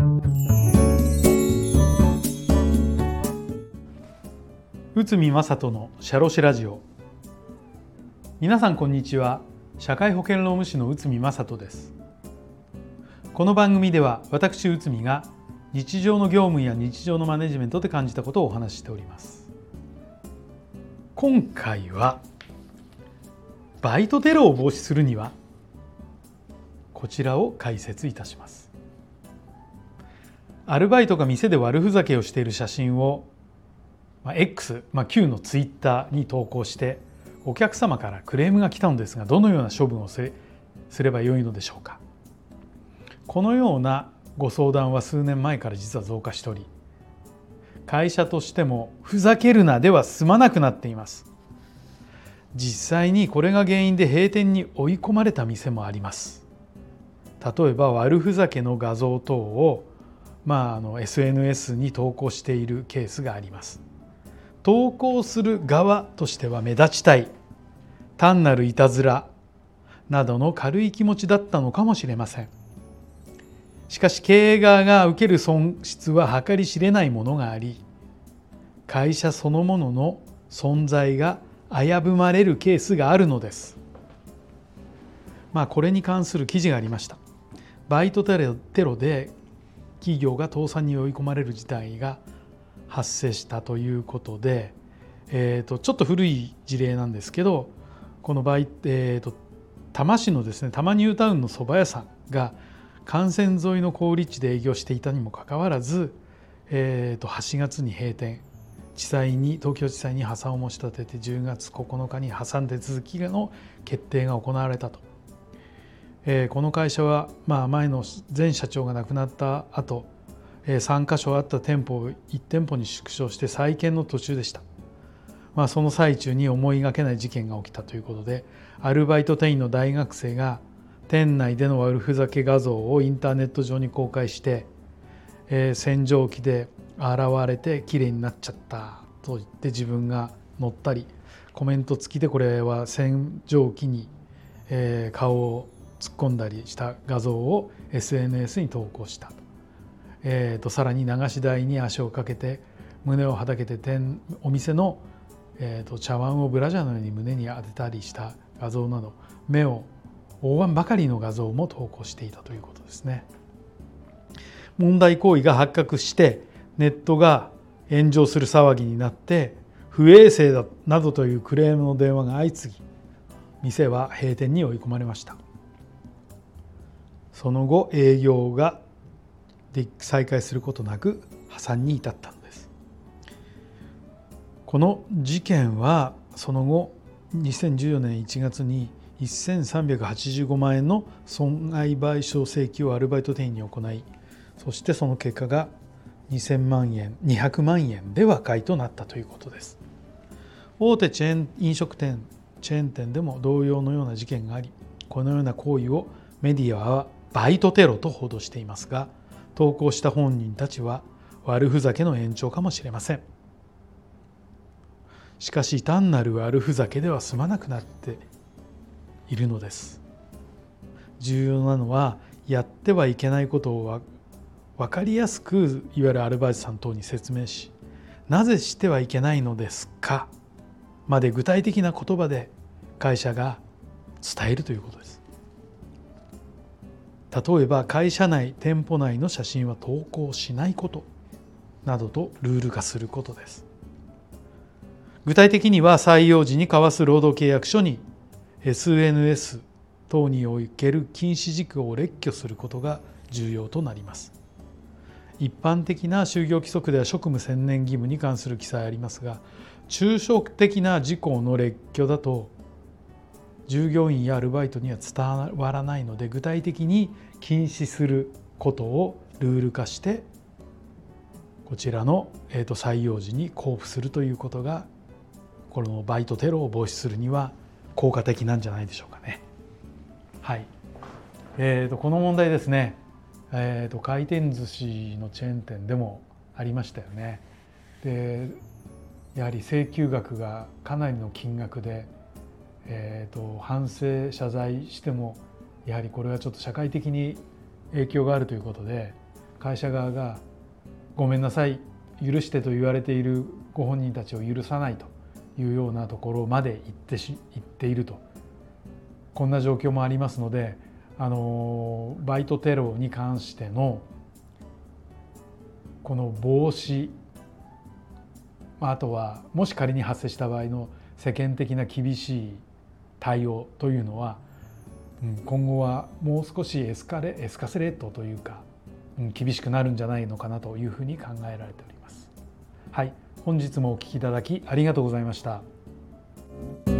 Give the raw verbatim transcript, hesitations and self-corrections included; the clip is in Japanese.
宇見正人のシャロシラジオ。皆さんこんにちは。社会保険労務士の宇見正人です。この番組では私宇見が日常の業務や日常のマネジメントで感じたことをお話ししております。今回はバイトテロを防止するにはこちらを解説いたします。アルバイトが店で悪ふざけをしている写真をまあ、X、まあ、旧のツイッターに投稿してお客様からクレームが来たのですが、どのような処分をすればよいのでしょうか。このようなご相談は数年前から実は増加しており、会社としてもふざけるなでは済まなくなっています。実際にこれが原因で閉店に追い込まれた店もあります。例えば悪ふざけの画像等を、まあ、あの エスエヌエス に投稿しているケースがあります。投稿する側としては目立ちたい、単なるいたずらなどの軽い気持ちだったのかもしれません。しかし経営側が受ける損失は計り知れないものがあり、会社そのものの存在が危ぶまれるケースがあるのです。まあこれに関する記事がありました。バイトテロ、テロで企業が倒産に追い込まれる事態が発生したということで、えー、とちょっと古い事例なんですけど、この場合、えー、と多摩市のですね多摩ニュータウンの蕎麦屋さんが幹線沿いの好立地で営業していたにもかかわらず、えー、とはちがつに閉店、地裁に東京地裁に破産を申し立ててじゅうがつここのかに破産手続きの決定が行われたと。えー、この会社は、まあ、前の前社長が亡くなった後、さんかしょあった店舗をいち店舗に縮小して再建の途中でした。まあ、その最中に思いがけない事件が起きたということで、アルバイト店員の大学生が店内での悪ふざけ画像をインターネット上に公開して、えー、洗浄機で洗われてきれいになっちゃったと言って自分が乗ったり、コメント付きでこれは洗浄機に、えー、顔を突っ込んだりした画像を エスエヌエス に投稿したと。えー、とさらに流し台に足をかけて胸をはだけて店お店の、えー、と茶碗をブラジャーのように胸に当てたりした画像など、目を覆わんばかりの画像も投稿していたということですね。問題行為が発覚してネットが炎上する騒ぎになって、不衛生だなどというクレームの電話が相次ぎ、店は閉店に追い込まれました。その後営業がで再開することなく破産に至ったのです。この事件はその後にせんじゅうよねんいちがつにせんさんびゃくはちじゅうごまんえんの損害賠償請求をアルバイト店員に行い、そしてその結果がにせんまんえんにひゃくまんえんで和解となったということです。大手チェーン飲食店チェーン店でも同様のような事件があり、このような行為をメディアはバイトテロと報道していますが、投稿した本人たちは悪ふざけの延長かもしれません。しかし単なる悪ふざけでは済まなくなっているのです。重要なのはやってはいけないことを分かりやすくいわゆるアルバイトさん等に説明し、なぜしてはいけないのですかまで具体的な言葉で会社が伝えるということです。例えば会社内、店舗内の写真は投稿しないことなどとルール化することです。具体的には採用時に交わす労働契約書に エスエヌエス 等における禁止事項を列挙することが重要となります。一般的な就業規則では職務専念義務に関する記載ありますが、抽象的な事項の列挙だと従業員やアルバイトには伝わらないので、具体的に禁止することをルール化してこちらの採用時に交付するということが、このバイトテロを防止するには効果的なんじゃないでしょうかね。はい、えー、とこの問題ですね、えー、と回転寿司のチェーン店でもありましたよね。でやはり請求額がかなりの金額で、えー、と反省謝罪してもやはりこれはちょっと社会的に影響があるということで、 会社側がごめんなさい、許してと言われているご本人たちを許さないというようなところまで行ってし行っていると、こんな状況もありますので、あのバイトテロに関してのこの防止、あとはもし仮に発生した場合の世間的な厳しい対応というのは、今後はもう少しエスカレエスカセレートというか、厳しくなるんじゃないのかなというふうに考えられております。はい、本日もお聞きいただきありがとうございました。